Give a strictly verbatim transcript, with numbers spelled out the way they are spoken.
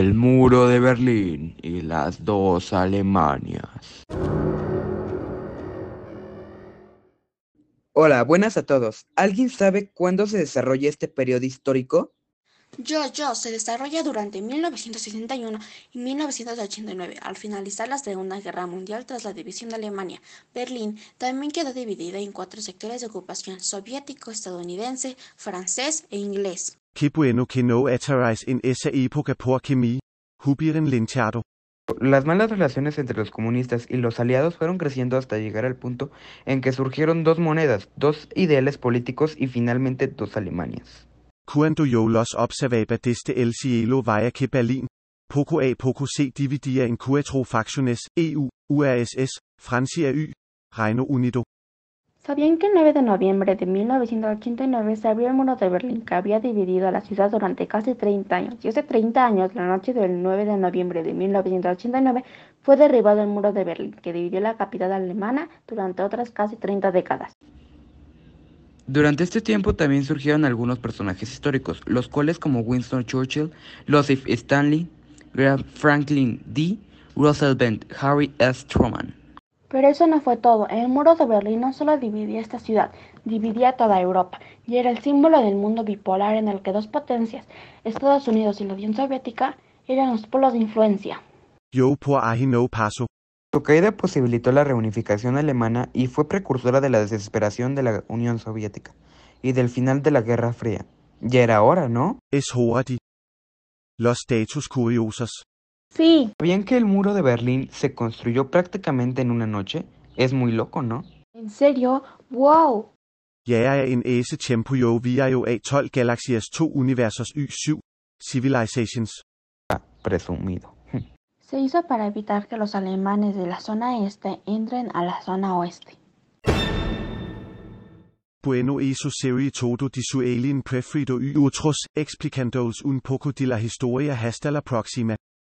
El muro de Berlín y las dos Alemanias. Hola, buenas a todos. ¿Alguien sabe cuándo se desarrolla este periodo histórico? Yo, yo, se desarrolla durante mil novecientos sesenta y uno y mil novecientos ochenta y nueve. Al finalizar la Segunda Guerra Mundial tras la división de Alemania, Berlín también quedó dividida en cuatro sectores de ocupación: soviético, estadounidense, francés e inglés. Que bueno que no aterrize en esa época porque me hubieran linchado. Las malas relaciones entre los comunistas y los aliados fueron creciendo hasta llegar al punto en que surgieron dos monedas, dos ideales políticos y finalmente dos Alemanias. Cuando yo los observaba desde el cielo veía que Berlín, poco a poco se dividía en cuatro facciones: E U, U R S S, Francia y Reino Unido. ¿Sabían que el nueve de noviembre de mil novecientos ochenta y nueve se abrió el muro de Berlín, que había dividido a la ciudad durante casi treinta años? Y hace treinta años, la noche del nueve de noviembre de mil novecientos ochenta y nueve, fue derribado el muro de Berlín, que dividió la capital alemana durante otras casi treinta décadas. Durante este tiempo también surgieron algunos personajes históricos, los cuales como Winston Churchill, Joseph Stanley, Graham Franklin D. Roosevelt, Harry S. Truman. Pero eso no fue todo. El muro de Berlín no solo dividía esta ciudad, dividía toda Europa, y era el símbolo del mundo bipolar en el que dos potencias, Estados Unidos y la Unión Soviética, eran los polos de influencia. Yo por ahí no paso. Su caída posibilitó la reunificación alemana y fue precursora de la desesperación de la Unión Soviética y del final de la Guerra Fría. Ya era hora, ¿no? Es hurtigt. Los datos curiosos. Sí. ¿Sabían que el muro de Berlín se construyó prácticamente en una noche? Es muy loco, ¿no? ¿En serio? ¡Wow! Ja er en ese tempo jo vi er jo af tolv galaxiers to universers y syv civilizations. Presumido. Se hizo para evitar que los alemanes de la zona este entren a la zona oeste. Bueno, eso serie todo de su alien preferido y otros explicandos un poco de la historia hasta la próxima.